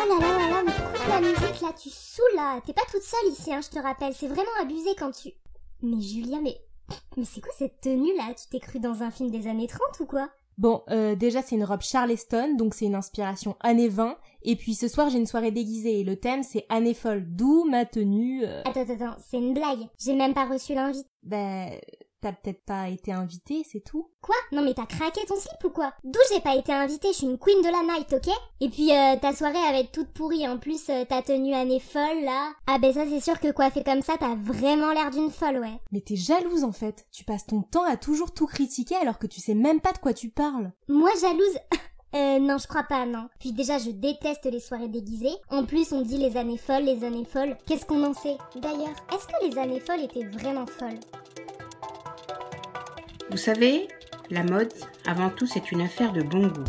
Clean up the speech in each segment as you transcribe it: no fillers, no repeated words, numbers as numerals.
Oh là, mais coupe la musique là, tu saoules là. T'es pas toute seule ici, hein, je te rappelle. C'est vraiment abusé quand tu... Mais Julia, mais c'est quoi cette tenue là? Tu t'es cru dans un film des années 30 ou quoi? Bon, déjà c'est une robe Charleston, donc c'est une inspiration années 20, et puis ce soir j'ai une soirée déguisée, et le thème c'est années folles, d'où ma tenue... Attends, c'est une blague. J'ai même pas reçu l'invite. T'as peut-être pas été invitée, c'est tout? Quoi? Non mais t'as craqué ton slip ou quoi? D'où j'ai pas été invitée, je suis une queen de la night, ok? Et puis ta soirée va être toute pourrie, en plus ta tenue année folle là... Ah ben ça c'est sûr que coiffée comme ça, t'as vraiment l'air d'une folle, ouais. Mais t'es jalouse en fait, tu passes ton temps à toujours tout critiquer alors que tu sais même pas de quoi tu parles. Moi jalouse? Non, je crois pas, non. Puis déjà, je déteste les soirées déguisées. En plus, on dit les années folles. Qu'est-ce qu'on en sait? D'ailleurs, est-ce que les années folles étaient vraiment folles? Vous savez, la mode, avant tout, c'est une affaire de bon goût.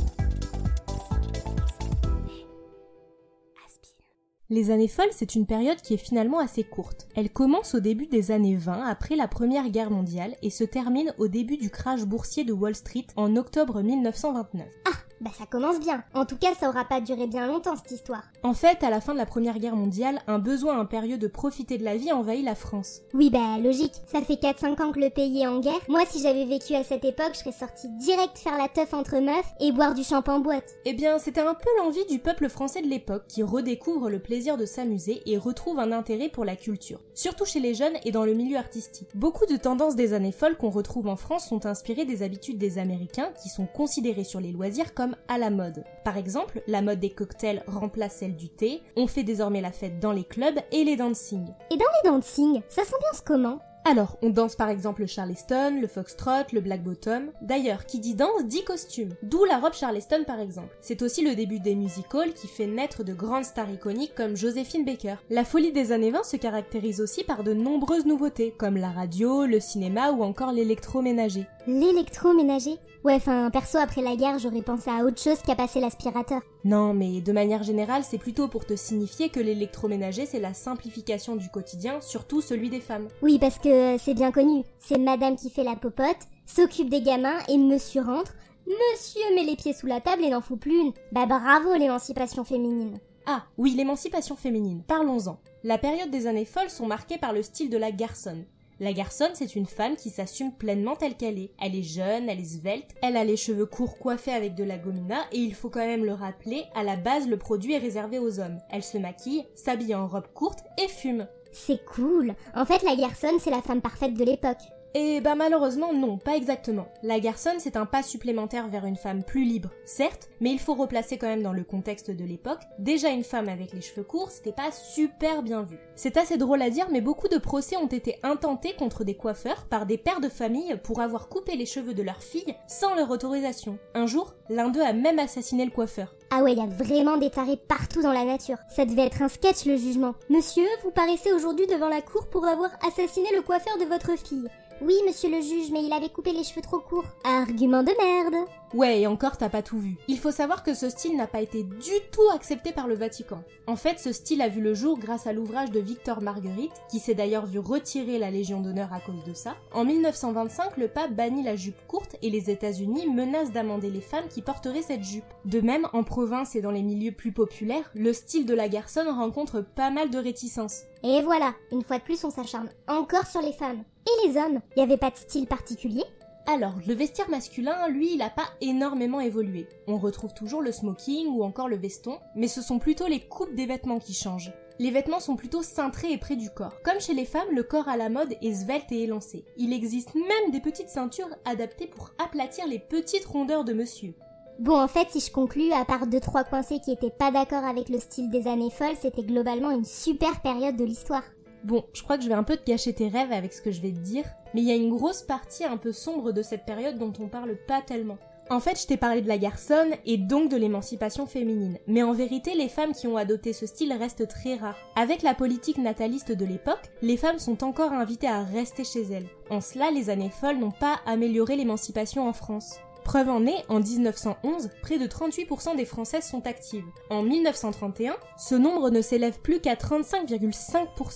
Les années folles, c'est une période qui est finalement assez courte. Elle commence au début des années 20, après la Première Guerre mondiale, et se termine au début du crash boursier de Wall Street en octobre 1929. Ah, bah ça commence bien. En tout cas, ça aura pas duré bien longtemps cette histoire. En fait, à la fin de la Première Guerre mondiale, un besoin impérieux de profiter de la vie envahit la France. Oui, bah logique. Ça fait 4-5 ans que le pays est en guerre. Moi, si j'avais vécu à cette époque, je serais sortie direct faire la teuf entre meufs et boire du champagne en boîte. Eh bien, c'était un peu l'envie du peuple français de l'époque qui redécouvre le plaisir de s'amuser et retrouve un intérêt pour la culture. Surtout chez les jeunes et dans le milieu artistique. Beaucoup de tendances des années folles qu'on retrouve en France sont inspirées des habitudes des Américains qui sont considérés sur les loisirs comme à la mode. Par exemple, la mode des cocktails remplace celle du thé, on fait désormais la fête dans les clubs et les dancing. Et dans les dancing, ça s'ambiance comment? Alors, on danse par exemple le Charleston, le Foxtrot, le Black Bottom. D'ailleurs, qui dit danse dit costume. D'où la robe Charleston par exemple. C'est aussi le début des music-halls qui fait naître de grandes stars iconiques comme Joséphine Baker. La folie des années 20 se caractérise aussi par de nombreuses nouveautés, comme la radio, le cinéma ou encore l'électroménager. L'électroménager? Ouais, perso, après la guerre, j'aurais pensé à autre chose qu'à passer l'aspirateur. Non, mais de manière générale, c'est plutôt pour te signifier que l'électroménager, c'est la simplification du quotidien, surtout celui des femmes. Oui, parce que c'est bien connu. C'est madame qui fait la popote, s'occupe des gamins, et monsieur rentre. Monsieur met les pieds sous la table et n'en fout plus une. Bah bravo, l'émancipation féminine. Ah, oui, l'émancipation féminine, parlons-en. La période des années folles sont marquées par le style de la garçonne. La garçonne, c'est une femme qui s'assume pleinement telle qu'elle est. Elle est jeune, elle est svelte, elle a les cheveux courts coiffés avec de la gomina, et il faut quand même le rappeler, à la base, le produit est réservé aux hommes. Elle se maquille, s'habille en robe courte et fume. C'est cool. En fait, la garçonne, c'est la femme parfaite de l'époque. Et malheureusement non, pas exactement. La garçonne c'est un pas supplémentaire vers une femme plus libre, certes, mais il faut replacer quand même dans le contexte de l'époque. Déjà une femme avec les cheveux courts, c'était pas super bien vu. C'est assez drôle à dire, mais beaucoup de procès ont été intentés contre des coiffeurs par des pères de famille pour avoir coupé les cheveux de leurs filles sans leur autorisation. Un jour, l'un d'eux a même assassiné le coiffeur. Ah ouais, y a vraiment des tarés partout dans la nature. Ça devait être un sketch le jugement. Monsieur, vous paraissez aujourd'hui devant la cour pour avoir assassiné le coiffeur de votre fille. Oui, monsieur le juge, mais il avait coupé les cheveux trop courts. Argument de merde. Ouais, et encore t'as pas tout vu. Il faut savoir que ce style n'a pas été du tout accepté par le Vatican. En fait, ce style a vu le jour grâce à l'ouvrage de Victor Marguerite, qui s'est d'ailleurs vu retirer la Légion d'honneur à cause de ça. En 1925, le pape bannit la jupe courte et les États-Unis menacent d'amender les femmes qui porteraient cette jupe. De même, en province et dans les milieux plus populaires, le style de la garçonne rencontre pas mal de réticences. Et voilà, une fois de plus on s'acharne encore sur les femmes. Et les hommes, y avait pas de style particulier? Alors, le vestiaire masculin, lui, il a pas énormément évolué. On retrouve toujours le smoking ou encore le veston, mais ce sont plutôt les coupes des vêtements qui changent. Les vêtements sont plutôt cintrés et près du corps. Comme chez les femmes, le corps à la mode est svelte et élancé. Il existe même des petites ceintures adaptées pour aplatir les petites rondeurs de monsieur. Bon, en fait, si je conclus, à part 2-3 coincés qui étaient pas d'accord avec le style des années folles, c'était globalement une super période de l'histoire. Bon, je crois que je vais un peu te gâcher tes rêves avec ce que je vais te dire, mais il y a une grosse partie un peu sombre de cette période dont on parle pas tellement. En fait, je t'ai parlé de la garçonne et donc de l'émancipation féminine, mais en vérité, les femmes qui ont adopté ce style restent très rares. Avec la politique nataliste de l'époque, les femmes sont encore invitées à rester chez elles. En cela, les années folles n'ont pas amélioré l'émancipation en France. Preuve en est, en 1911, près de 38% des Françaises sont actives. En 1931, ce nombre ne s'élève plus qu'à 35,5%.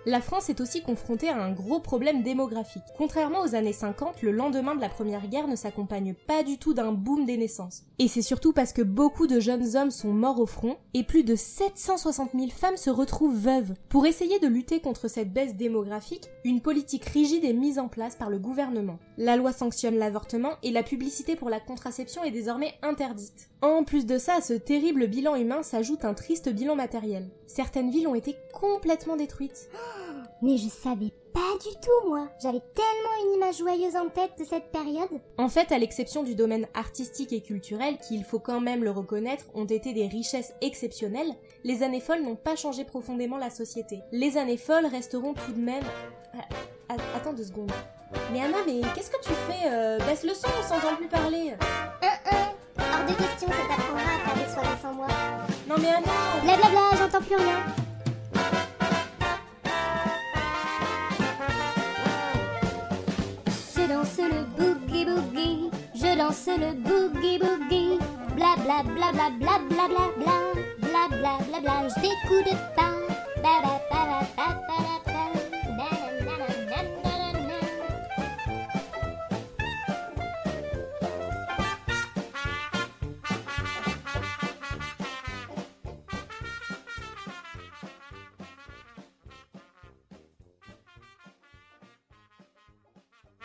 La France est aussi confrontée à un gros problème démographique. Contrairement aux années 50, le lendemain de la Première Guerre ne s'accompagne pas du tout d'un boom des naissances. Et c'est surtout parce que beaucoup de jeunes hommes sont morts au front et plus de 760 000 femmes se retrouvent veuves. Pour essayer de lutter contre cette baisse démographique, une politique rigide est mise en place par le gouvernement. La loi sanctionne l'avortement et la publicité pour la contraception est désormais interdite. En plus de ça, à ce terrible bilan humain s'ajoute un triste bilan matériel. Certaines villes ont été complètement détruites. Mais je savais pas du tout, moi. J'avais tellement une image joyeuse en tête de cette période. En fait, à l'exception du domaine artistique et culturel, qui, il faut quand même le reconnaître, ont été des richesses exceptionnelles, les années folles n'ont pas changé profondément la société. Les années folles resteront tout de même... Attends 2 secondes. Mais Anna, mais qu'est-ce que tu fais Baisse le son, on s'entend plus parler. Hors de question, ça t'apprendra à faire des soirées sans moi. Non mais Anna... Blablabla, j'entends plus rien. Je danse le boogie boogie, je danse le boogie boogie. Bla bla bla bla bla bla bla bla bla bla bla bla. Je des coups de